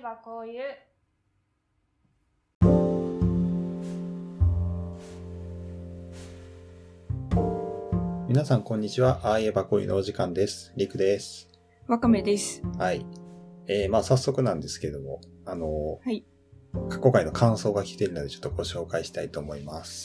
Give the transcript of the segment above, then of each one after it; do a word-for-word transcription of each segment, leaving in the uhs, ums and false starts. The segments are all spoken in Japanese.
ばこういう。 皆さんこんにちは。ああいえばこういうのお時間です。りくです。 わかめです。 はい。えー、まあ早速なんですけども、あのー、 はい。 過去回の感想が来ているのでちょっとご紹介したいと思います。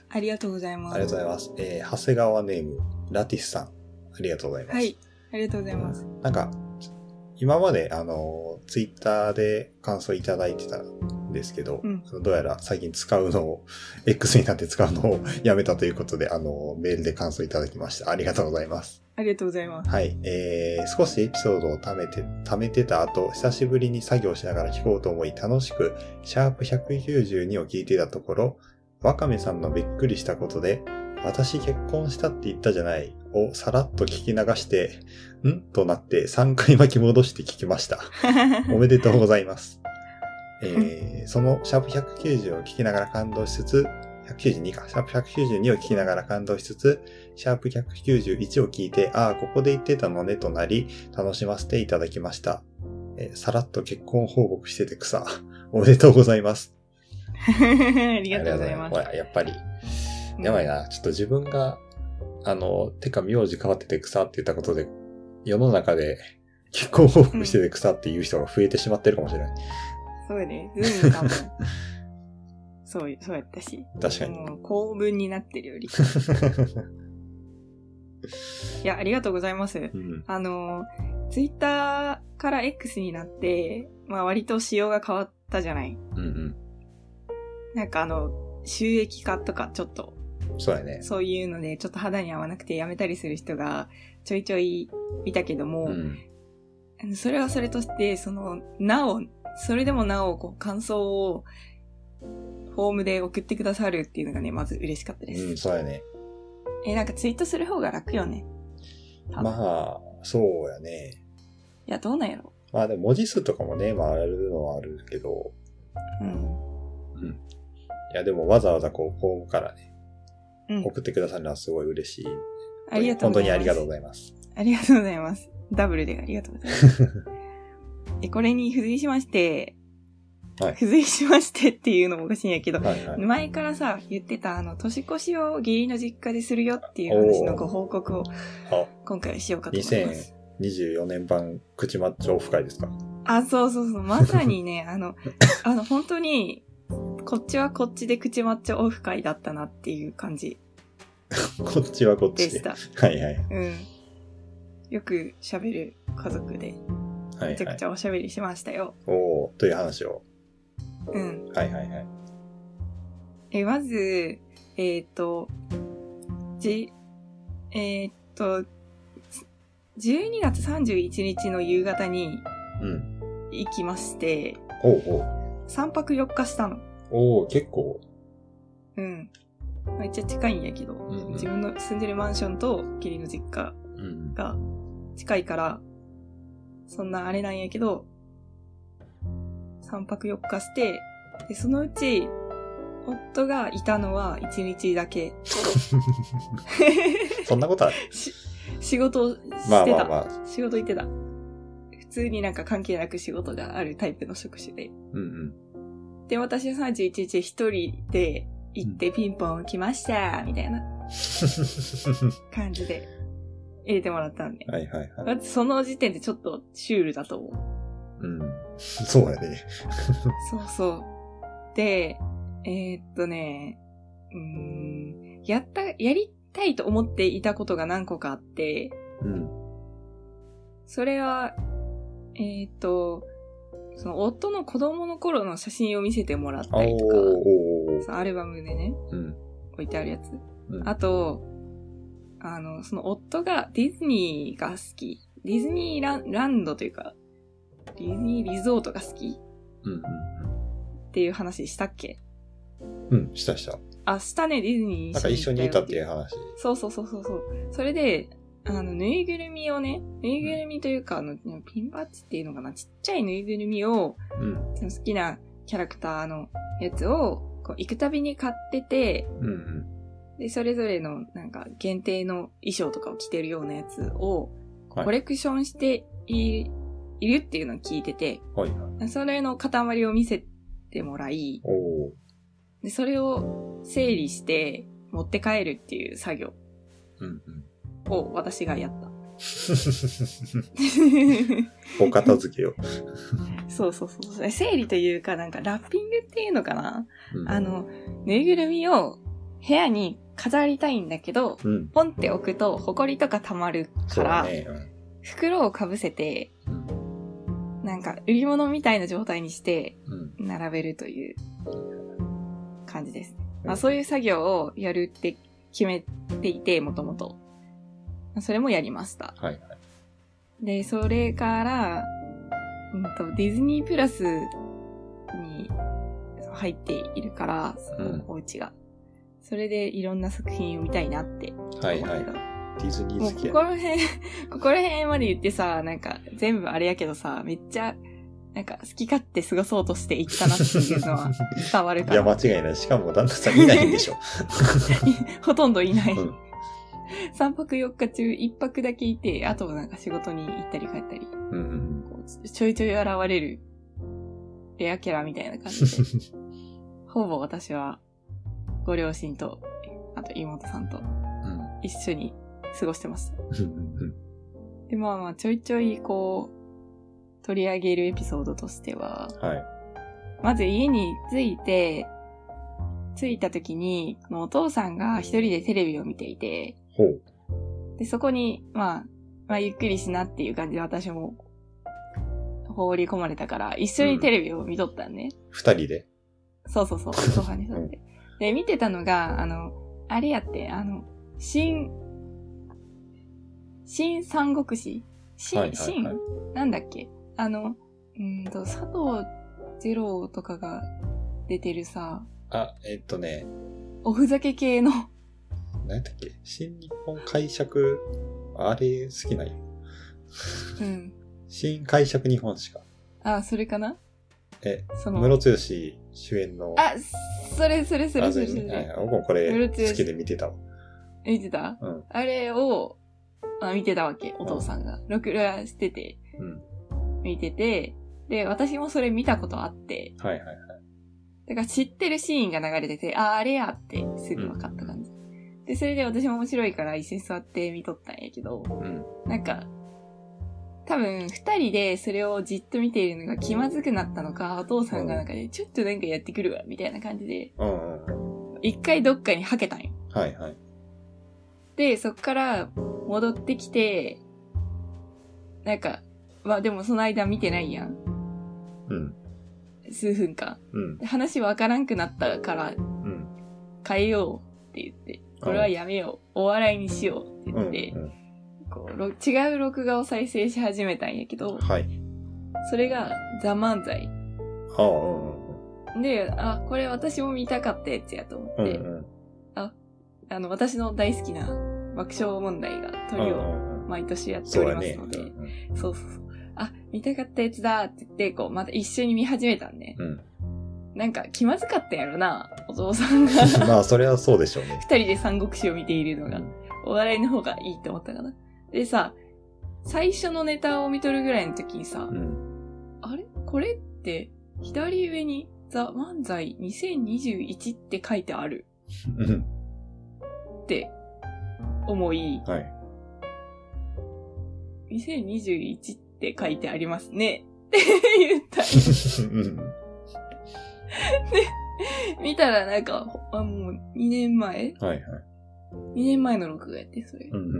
ありがとうございます。 ありがとうございます。えー、長谷川ネーム、ラティスさん。ありがとうございます。 はい。ありがとうございます。 なんか、今まであの、ツイッターで感想いただいてたんですけど、うん、どうやら最近使うのを、X になって使うのをやめたということで、あの、メールで感想いただきました。ありがとうございます。 ありがとうございます。 はい。えー、少しエピソードを貯めて、貯めてた後、久しぶりに作業しながら聞こうと思い、楽しく、シャープひゃくきゅうじゅうにを聞いていたところ、わかめさんのびっくりしたことで、私結婚したって言ったじゃないをさらっと聞き流して、んとなってさんかい巻き戻して聞きました。おめでとうございます。えー、そのシャープひゃくきゅうじゅうを聞きながら感動しつつ、ひゃくきゅうじゅうにか、シャープひゃくきゅうじゅうにを聞きながら感動しつつ、シャープひゃくきゅうじゅういちを聞いて、ああ、ここで言ってたのねとなり、楽しませていただきました。えー、さらっと結婚報告してて草。おめでとうございます。 ありがとうございます。 ほら、やっぱり、やばいな。ちょっと自分が、あの、てか名字変わってて草って言ったことで、世の中で結婚報告してて草っていう人が増えてしまってるかもしれない。 うん、そうね。ズームかも。そう、そうやったし。 確かに。 もう公文になってるより。いや、ありがとうございます。うん、あの、ツイッターから X になって、まあ割と仕様が変わったじゃない。 うんうん。 なんかあの、収益化とかちょっと。 そうやね。 そういうので、ちょっと肌に合わなくてやめたりする人がちょいちょい見たけども、うん、それはそれとして、その、なお、それでもなお、こう、感想を、フォームで送ってくださるっていうのがね、まず嬉しかったです。 うん、そうやね。 え、なんかツイートする方が楽よね。 まあ、そうやね。 いや、どうなんやろ。 まあでも文字数とかもね、まああるのはあるけど、 うん。 うん。いや、でもわざわざこう、フォームからね、 うん、 送ってくださるのはすごい嬉しい。 ありがとうございます。 本当にありがとうございます。 ありがとうございます。ダブルでありがとうございます。え、これに付随しまして、はい、付随しましてっていうのもおかしいんやけど、はいはい、前からさ、言ってたあの、年越しを義理の実家でするよっていう話のご報告を、今回はしようかと思います。 にせんにじゅうよねん版口マッチョオフ会ですか？ あ、そうそうそう。まさにね、あの、あの、本当に、こっちはこっちで口マッチョオフ会だったなっていう感じ。 こっちはこっちで。 でした。 はいはい。 うん。よく喋る家族で、めちゃくちゃおしゃべりしましたよ。 はいはい、おー、という話を。 うん。 はいはいはい。 え、まず、えっと、じ、えっと、じゅうにがつさんじゅういちにちの夕方に、行きまして、 うん、おうおう。 さんぱくよっかしたの。 おー、結構。 うん。めっちゃ近いんやけど、うんうん、自分の住んでるマンションと義理の実家が近いから、そんなあれなんやけど、さんぱくよっかして、で、そのうち、夫がいたのはいちにちだけ。 そんなことあるし仕事してた、まあまあまあ。仕事行ってた。普通になんか関係なく仕事があるタイプの職種で。 うんうん、 で、私はさんじゅういちにち一人で行ってピンポン来ました、みたいな感じで入れてもらったんで。 はいはいはい。 だってその時点でちょっとシュールだと思う。うん。そうやね。 そうそう。で、えー、っとね、うーん、やった、やりたいと思っていたことが何個かあって、 うん。 それは、えー、っと、その夫の子供の頃の写真を見せてもらったりとか、そのアルバムでね、うん、置いてあるやつ。うん、あと、あの、その夫がディズニーが好き。ディズニーラン、ランドというか、ディズニーリゾートが好き。 うんうんうん。 っていう話したっけ？ うん、したした。 あ、したね、ディズニー。 なんか一緒にいたっていう話。 そうそうそうそうそう。それで、あの、ぬいぐるみをね、ぬいぐるみというか、あの、ピンバッジっていうのかな、ちっちゃいぬいぐるみを、うん、その好きなキャラクターのやつを、こう、行くたびに買ってて、 うんうん、 で、それぞれの、なんか、限定の衣装とかを着てるようなやつを、コレクションしていいるっていうのを聞いてて、 はいはい、 それの塊を見せてもらい、 おでそれを整理して持って帰るっていう作業を私がやった。うんうん、 お片付けよ。 そうそうそう。整理というか、なんかラッピングっていうのかな、うん、あの、ぬいぐるみを部屋に飾りたいんだけど、うん、ポンって置くとホコリとか溜まるから、ねうん、袋をかぶせて、うん、なんか売り物みたいな状態にして並べるという感じです、うんまあ、そういう作業をやるって決めていて、もともと。それもやりました。 はいはい、 で、それから、うんと、ディズニープラスに入っているから、そのお家が、うん。それでいろんな作品を見たいなって思ってた。はいはい。 ディズニー好きや。 もうここら辺、ここら辺まで言ってさ、なんか全部あれやけどさ、めっちゃ、なんか好き勝手過ごそうとしていったなっていうのは伝わるから。 いや、間違いない。しかも旦那さんいないんでしょ。 ほとんどいない。うんさんぱくよっか中いっぱくだけいて、あとなんか仕事に行ったり帰ったり、うんうん、こうちょいちょい現れるレアキャラみたいな感じで、ほぼ私はご両親と、あと妹さんと一緒に過ごしてました。うん、で、まあまあちょいちょいこう取り上げるエピソードとしては、はい、まず家に着いて、着いた時に、お父さんが一人でテレビを見ていて、ほうでそこに、まあ、まあ、ゆっくりしなっていう感じで私も放り込まれたから、一緒にテレビを見とったんね。 二、うん、人でそうそうそう、ソファに座って。で、見てたのが、あの、あれやって、あの、新、新三国志新、はいはいはい、新なんだっけあの、うんと、佐藤二郎とかが出てるさ、 あ、えっとね。 おふざけ系の。 何だっけ新日本解釈、あれ好きなんよ。うん。新解釈日本史か。 あ、それかなえ、その。ムロツヨシ主演の。 あ、それそれそれそれそれ。 はい、僕もこれ好きで見てたわ。 見てた、うん、あれをあ見てたわけ、お父さんが。うん、録画してて、うん。見てて、で、私もそれ見たことあって。はいはいはい。だから知ってるシーンが流れてて、あ、あれやってすぐ分かった感じ。うん、で、それで私も面白いから一緒に座って見とったんやけど、うん、なんか、多分二人でそれをじっと見ているのが気まずくなったのか、お父さんがなんかね、うん、ちょっとなんかやってくるわ、みたいな感じで、一回どっかにはけたんよ。はいはい。で、そっから戻ってきて、なんか、まあでもその間見てないやん。うん。数分間、うん、話わからんくなったから、うん、変えようって言って、これはやめよう、お笑いにしようって言って、うんうん、こう違う録画を再生し始めたんやけど、はい、それがザ・漫才。はあ、で、あ、これ私も見たかったやつやと思って、うんうん、あ、あの私の大好きな爆笑問題がトリを毎年やっておりますので、そう、ねうんうん、そうそうそう。あ、見たかったやつだって言って、こう、また一緒に見始めたんね。うん。なんか、気まずかったんやろな、お父さんが。 まあ、それはそうでしょうね。 二人で三国志を見ているのが、うん、お笑いの方がいいって思ったかな。でさ、最初のネタを見とるぐらいの時にさ、うん、あれこれって、左上に、ザ・漫才にせんにじゅういちって書いてある。って思い、はい。にせんにじゅういちって書いてありますね。って言ったで、見たらなんか、あ、もうにねんまえはいはい。にねんまえの録画やって、それ。うんうん。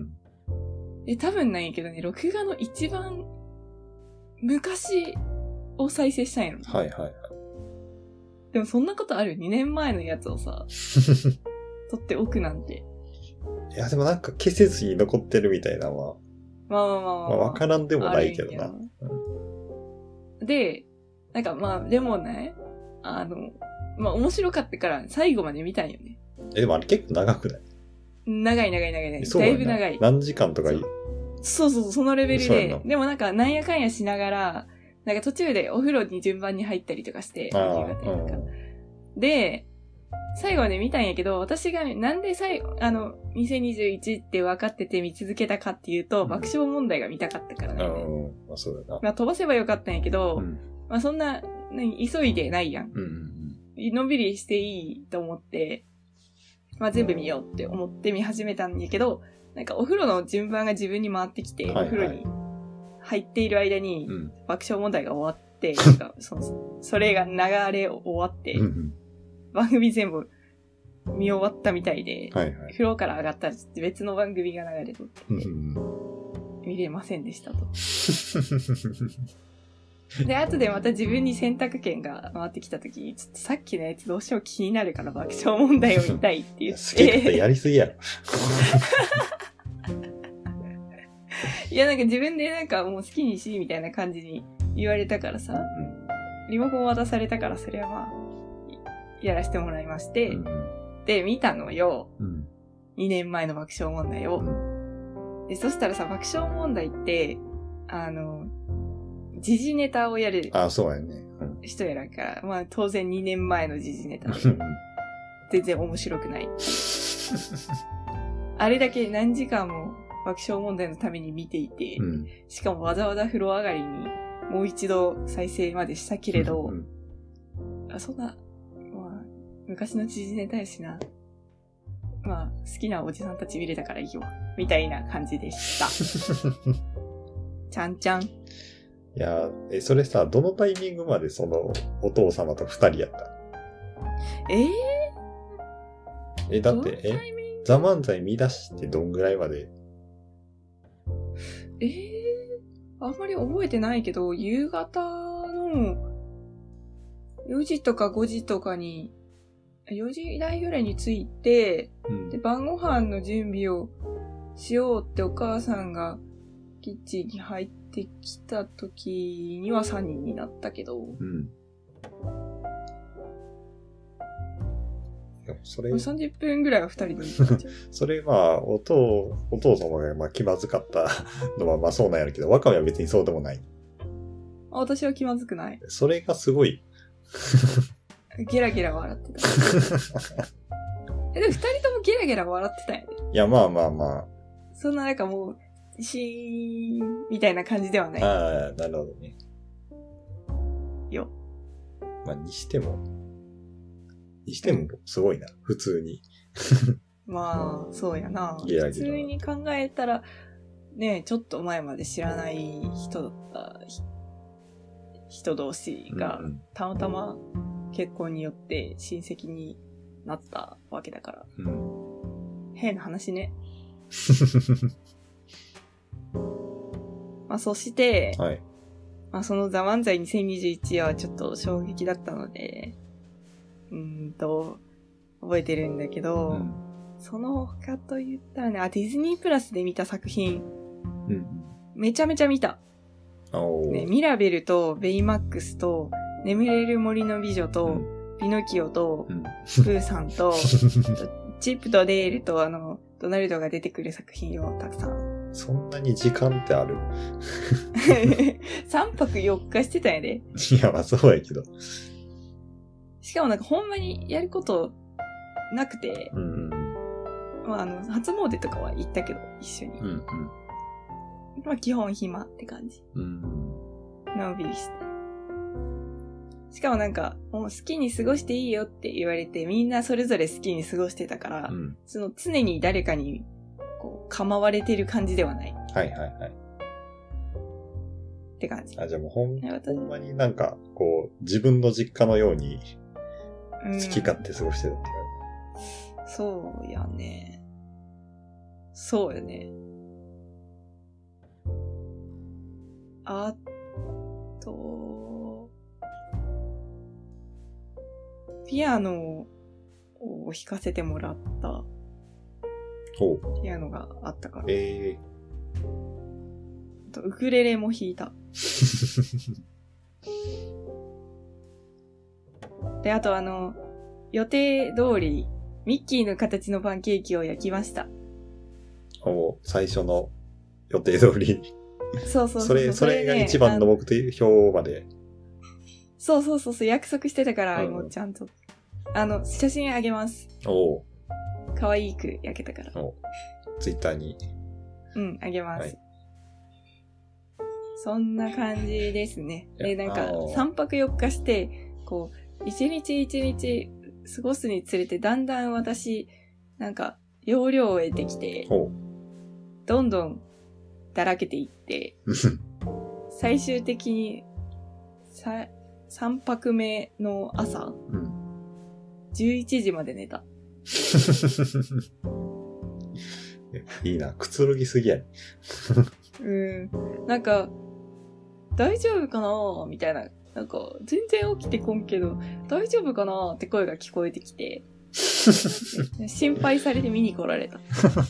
で、多分なんやけどね、録画の一番昔を再生したんやろ。はいはいはい。でもそんなことある ?に 年前のやつをさ、撮っておくなんて。 いや、でもなんか消せずに残ってるみたいなのは。 まあまあまあまあ。 まあわからんでもないけどな。 うん、で、なんかまあ、でもね、あの、まあ面白かったから最後まで見たんよね。 え、でもあれ結構長くない？ 長い長い長い長い。だいぶ長い。 何時間とかいい？ そうそうそう、そのレベルで。でもなんかなんやかんやしながら、なんか途中でお風呂に順番に入ったりとかして、夕方とか。で、 最後まで見たんやけど、私がなんで最後、あの、にせんにじゅういちって分かってて見続けたかっていうと、うん、爆笑問題が見たかったからね。 うん、まあそうだな。 まあ飛ばせばよかったんやけど、うん、まあそんな、急いでないやん。うんうんうん、のんびりしていいと思って、まあ全部見ようって思って見始めたんやけど、なんかお風呂の順番が自分に回ってきて、はいはい、お風呂に入っている間に爆笑問題が終わって、うん、なんかそのそれが流れ終わって、うんうん、番組全部見終わったみたいで、はいはい、風呂から上がったら別の番組が流れとって、うんうん、見れませんでしたと。で、後でまた自分に選択権が回ってきたときに、ちょっとさっきのやつどうしても気になるから爆笑問題を見たいって言って。 好きってやりすぎやろ。 いや、なんか自分でなんかもう好きにしみたいな感じに言われたからさ、うん、リモコン渡されたからそれはまあ、やらせてもらいまして、うん、で、見たのよ、うん。にねんまえの爆笑問題を。うん、で、そしたらさ、爆笑問題って、あの、時事ネタをやる。 あ、そうやね。 うん、人やらから、まあ当然にねんまえの時事ネタ。全然面白くない。あれだけ何時間も爆笑問題のために見ていて、うん、しかもわざわざ風呂上がりにもう一度再生までしたけれど、うんうん、そんな、まあ、昔の時事ネタやしな。まあ、好きなおじさんたち見れたからいいよ。みたいな感じでした。ちゃんちゃん。 いや、え、それさ、どのタイミングまでその、お父様と二人やった？ えー、 え、だって、え、ザ・漫才見出してどんぐらいまで？ えー、あんまり覚えてないけど、夕方のよじとかごじとかに、よじ台ぐらいに着いて、うん、で、晩ご飯の準備をしようってお母さんがキッチンに入ってきた時にはさんにんになったけど、うん。 いや、それ。 さんじゅっぷんぐらいはふたりで見たんじゃん。 それまあ、お父、お父様がまあ気まずかったのはまあそうなんやるけど、ワカメは別にそうでもない。 あ、私は気まずくない。 それがすごい。 ゲラゲラ笑ってた。え、でも二人ともゲラゲラ笑ってたよね。 いや、まあまあまあ。 そんななんかもう、シーンみたいな感じではない。 ああ、なるほどね。 よ。 まあ、にしても、にしてもすごいな、うん、普通に。 まあ、そうやな。ゲラゲラ普通に考えたら、ね、ちょっと前まで知らない人だった人同士が、うんうん、たまたま結婚によって親戚になったわけだから。うん、変な話ね。まあ、そして、はい、まあ、そのザ・漫才にせんにじゅういちはちょっと衝撃だったので、うーんと、覚えてるんだけど、うん、その他と言ったらね、あ、ディズニープラスで見た作品、うん、めちゃめちゃ見た。ね、ミラベルとベイマックスと眠れる森の美女と、うん、ピノキオと、うん、プーさんと、チップとデールとあの、ドナルドが出てくる作品をたくさん。 そんなに時間ってある？ さんぱくよっかしてたんやで。 いや、まあそうやけど。 しかもなんかほんまにやることなくて、うん、まああの、初詣とかは行ったけど、一緒に。うんうん、まあ基本暇って感じ。うん、のんびりして。しかもなんか、もう好きに過ごしていいよって言われて、みんなそれぞれ好きに過ごしてたから、うん、その常に誰かにこう構われてる感じではない。 はいはいはい。 って感じ。 あ、じゃあもうほん、ほんまになんか、こう、自分の実家のように、好き勝手過ごしてたっていう、 うん。そうやね。そうやね。あと、ピアノを弾かせてもらったピアノがあったから。えー、あとウクレレも弾いた。で、あとあの、予定通りミッキーの形のパンケーキを焼きました。 お、最初の予定通り。 そうそうそう。 それ、それが一番の目標まで。 そうそうそうそう、約束してたから、もうちゃんとあの、写真あげます。 おう。 可愛く焼けたから。 おツイッターに。 うん、あげます。 はい、 そんな感じですね。で、なんか、さんぱくよっかして、こう、一日一日過ごすにつれて、だんだん私、なんか、容量を得てきて、どんどんだらけていって、最終的に、さ、さんぱくめの朝、うん、じゅういちじまで寝た。 いいな、くつろぎすぎやね。 うん。なんか、大丈夫かなみたいな。なんか、全然起きてこんけど、大丈夫かなって声が聞こえてきて、心配されて見に来られた。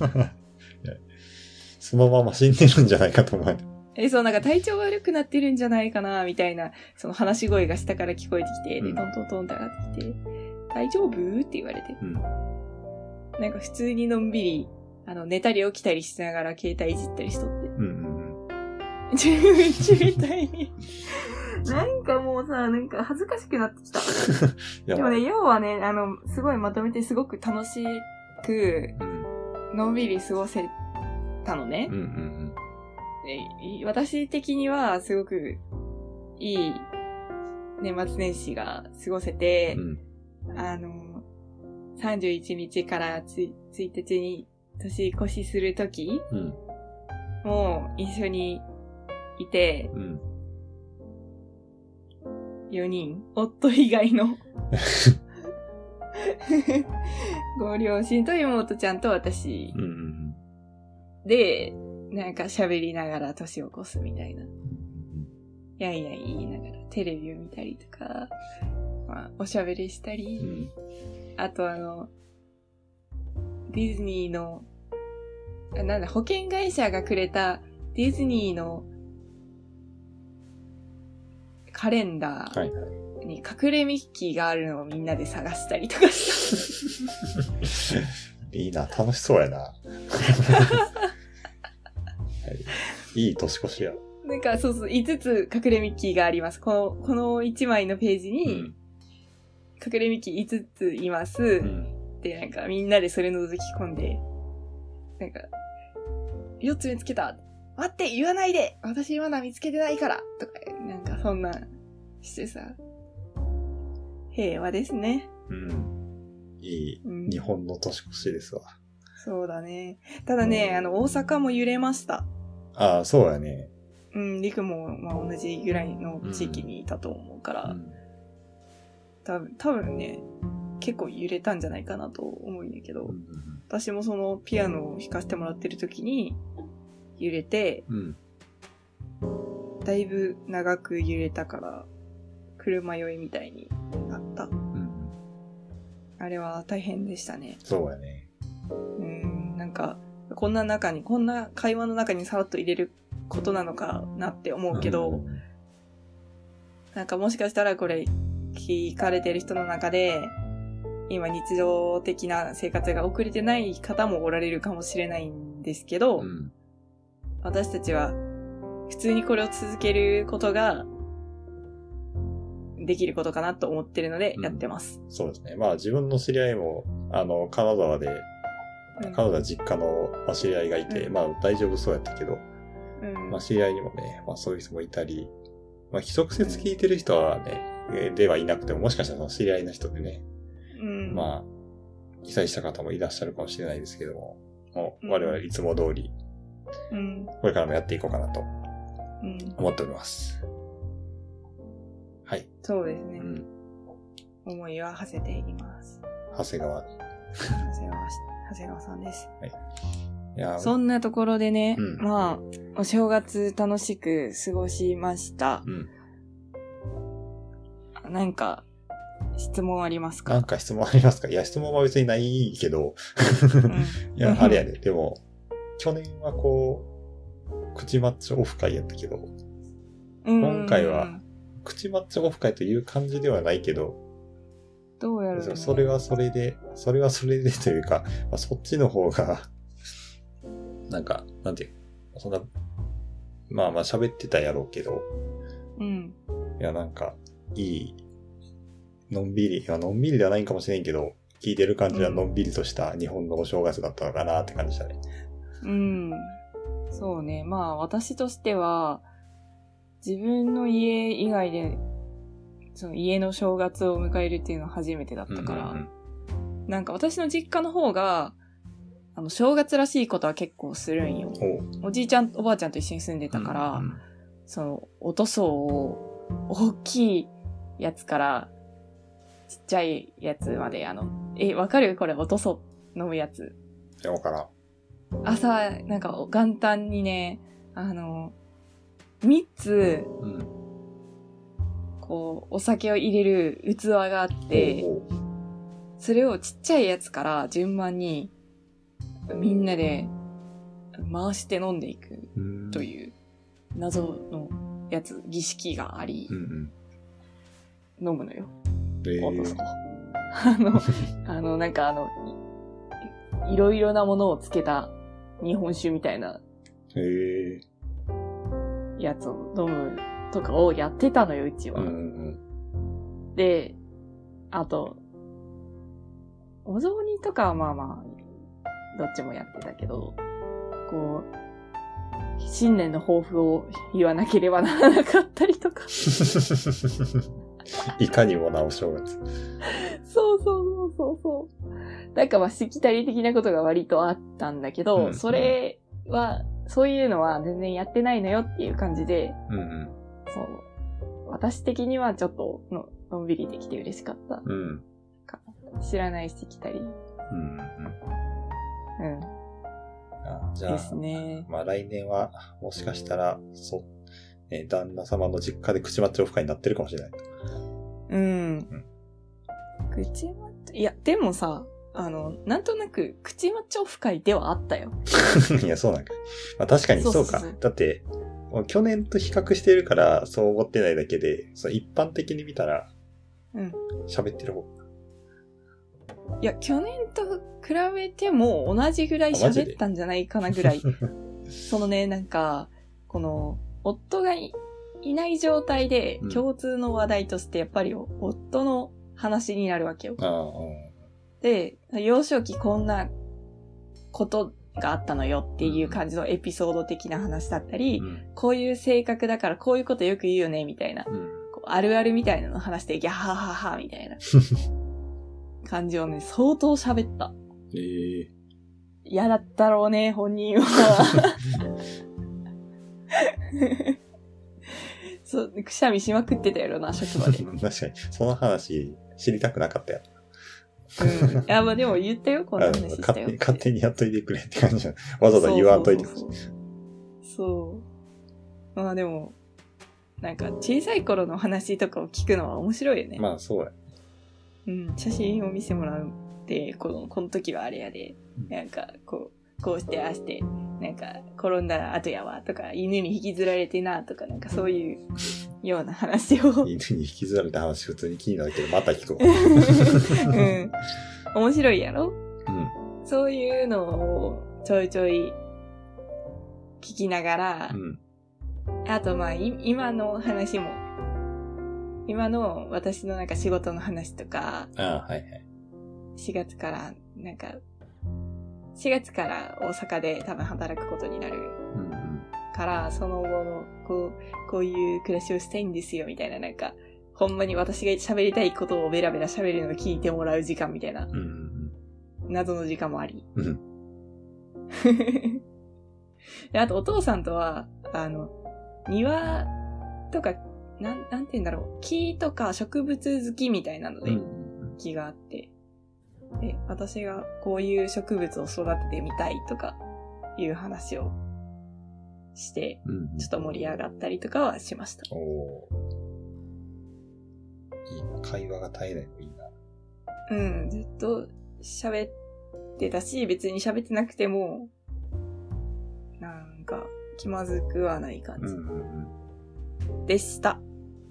そのまま死んでるんじゃないかと思う。 え、そう、なんか体調悪くなってるんじゃないかなみたいな、その話し声が下から聞こえてきて、で、トントントンって上がってきて、大丈夫って言われて。うん、なんか普通にのんびり、あの、寝たり起きたりしながら携帯いじったりしとって。うんうんうん。自分ちみたいに。なんかもうさ、なんか恥ずかしくなってきた。でもね、要はね、あの、すごいまとめてすごく楽しく、のんびり過ごせたのね。うんうんうん、で私的にはすごくいい年末年始が過ごせて、うん、あの、さんじゅういちにちからついたちに年越しするとき、うん、もう一緒にいて、うん、よにん、夫以外のご両親と妹ちゃんと私、うんうん、で、なんか喋りながら年を越すみたいな。やいやい言いながらテレビを見たりとか、まあ、おしゃべりしたり、うん、あとあの、ディズニーの、なんだ、保険会社がくれたディズニーのカレンダーに隠れミッキーがあるのをみんなで探したりとかした。 いいな、楽しそうやな。いい年越しや。 なんかそうそう、いつつ隠れミッキーがあります。この、このいちまいのページに、隠れミッキーいつついます。うん、で、なんかみんなでそれ覗き込んで、なんか、よっつ見つけた。待って言わないで私まだ見つけてないからとか、なんかそんなしてさ、平和ですね。 うん。いい、うん、日本の年越しですわ。 そうだね。ただね、あの、大阪も揺れました。 ああ、そうやね。 うん、陸も、まあ、同じぐらいの地域にいたと思うから、うん、多分、多分ね、結構揺れたんじゃないかなと思うんやけど、うん、私もそのピアノを弾かせてもらってる時に揺れて、うん、だいぶ長く揺れたから、車酔いみたいになった。うん、あれは大変でしたね。 そうやね。 うん、なんか、こんな中に、こんな会話の中にさらっと入れることなのかなって思うけど、うん、なんかもしかしたらこれ聞かれてる人の中で、今日常的な生活が送れてない方もおられるかもしれないんですけど、うん、私たちは普通にこれを続けることができることかなと思ってるのでやってます。 うん、そうですね。まあ自分の知り合いも、あの、金沢で、金沢実家の知り合いがいて、うん、まあ大丈夫そうやったけど、うん、まあ知り合いにもね、まあそういう人もいたり、まあ直接聞いてる人はね、うん、ではいなくても、もしかしたらその知り合いの人でね、うん、まあ、被災した方もいらっしゃるかもしれないですけども、もう我々いつも通り、うん、これからもやっていこうかなと思っております。うん、はい。 そうですね。うん、思いは馳せています。 長谷川。 長谷川、長谷川さんです。はい。いやそんなところでね、うん、まあ、お正月楽しく過ごしました。うん、なんか、質問ありますか？ なんか質問ありますか？いや、質問は別にないけど。うん、いや、あれやね。でも、去年はこう、口マッチオフ会やったけど、今回は、口マッチオフ会という感じではないけど、 どうやるの？ それはそれで、それはそれでというか、まあ、そっちの方が、なんか、なんていう、そんな、まあまあ喋ってたやろうけど、うん。いや、なんか、いい、 のんびり、いや、のんびりではないんかもしれんけど、聞いてる感じはのんびりとした日本のお正月だったのかなって感じだね。 うん。そうね。まあ私としては、自分の家以外で、その家の正月を迎えるっていうのは初めてだったから、うんうんうん、なんか私の実家の方が、あの、正月らしいことは結構するんよ。お, おじいちゃん、おばあちゃんと一緒に住んでたから、うんうん、その、お塗装を、大きいやつから、ちっちゃいやつまで、あの、え、わかる？これ、お塗装飲むやつ。 いや、わからん。 朝、なんか、元旦にね、あの、三つ、うん、こう、お酒を入れる器があって、それをちっちゃいやつから順番に、みんなで回して飲んでいくという謎のやつ、儀式があり、うんうん、飲むのよ。えー、あの、あの、なんかあのい、いろいろなものをつけた日本酒みたいなやつを飲むとかをやってたのよ、うちは。うんうん、で、あと、お雑煮とかはまあまあ、どっちもやってたけど、こう、新年の抱負を言わなければならなかったりとか。 いかにもなお正月。 そうそうそうそう。なんかまあ、しきたり的なことが割とあったんだけど、うん、それは、そういうのは全然やってないのよっていう感じで、うんうん、そう、私的にはちょっとの、のんびりできて嬉しかった。うん、知らないしきたり。うんうんうん。あ、じゃあ、ですね。まあ来年は、もしかしたら、そう、えー、旦那様の実家で口マッチョオフ会になってるかもしれない。 うん。うん、口マッチョ、いや、でもさ、あの、なんとなく、口マッチョオフ会ではあったよ。 いや、そうなんか。まあ確かにそうか。そうそうそう、だって、去年と比較してるから、そう思ってないだけで、その一般的に見たら、うん。喋ってる方。 いや、去年と比べても同じぐらい喋ったんじゃないかなぐらい。そのね、なんか、この、夫が い, いない状態で共通の話題としてやっぱり夫の話になるわけよ。うん、で、幼少期こんなことがあったのよっていう感じのエピソード的な話だったり、うん、こういう性格だからこういうことよく言うよねみたいな、うん、こうあるあるみたいなの話してギャハハハみたいな感じをね、相当喋った。えー、嫌だったろうね、本人は。そう、くしゃみしまくってたやろな、職場で。 確かに、その話知りたくなかったやろ。うん。いや、まあでも言ったよ、こんな話したよ。 勝手にやっといてくれって感じじゃん。わざわざ言わんといてほしい。そうそうそうそう。まあでも、なんか小さい頃の話とかを聞くのは面白いよね。 まあそうや。 うん、写真を見せてもらうって、この、この時はあれやで、なんか、こう、こうしてああして、なんか、転んだら後やわ、とか、犬に引きずられてな、とか、なんかそういうような話を。 犬に引きずられた話普通に気になるけど、また聞こう。 うん。面白いやろ？うん。そういうのをちょいちょい聞きながら、うん、あとまあ、今の話も、今の私のなんか仕事の話とか、 ああ、はいはい。 しがつから、なんか、しがつから大阪で多分働くことになるから、うんうん、その後の、こう、こういう暮らしをしたいんですよ、みたいな、なんか、ほんまに私が喋りたいことをベラベラ喋るのを聞いてもらう時間みたいな、うんうんうん、謎の時間もあり。うん、であと、お父さんとは、あの、庭とか、なん、なんて言うんだろう、木とか植物好きみたいなので、気があって、で、私がこういう植物を育ててみたいとかいう話をして、うん、ちょっと盛り上がったりとかはしました。おー。いいな。会話が絶えないのいいな。 うん、ずっと喋ってたし、別に喋ってなくても、なんか気まずくはない感じ、うんうんうん、でした。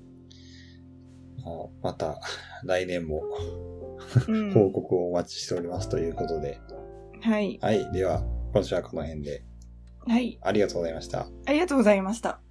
また来年も報告をお待ちしておりますということで、 うん、はい。 はい。では、今週はこの辺で。 はい。 ありがとうございました。 ありがとうございました。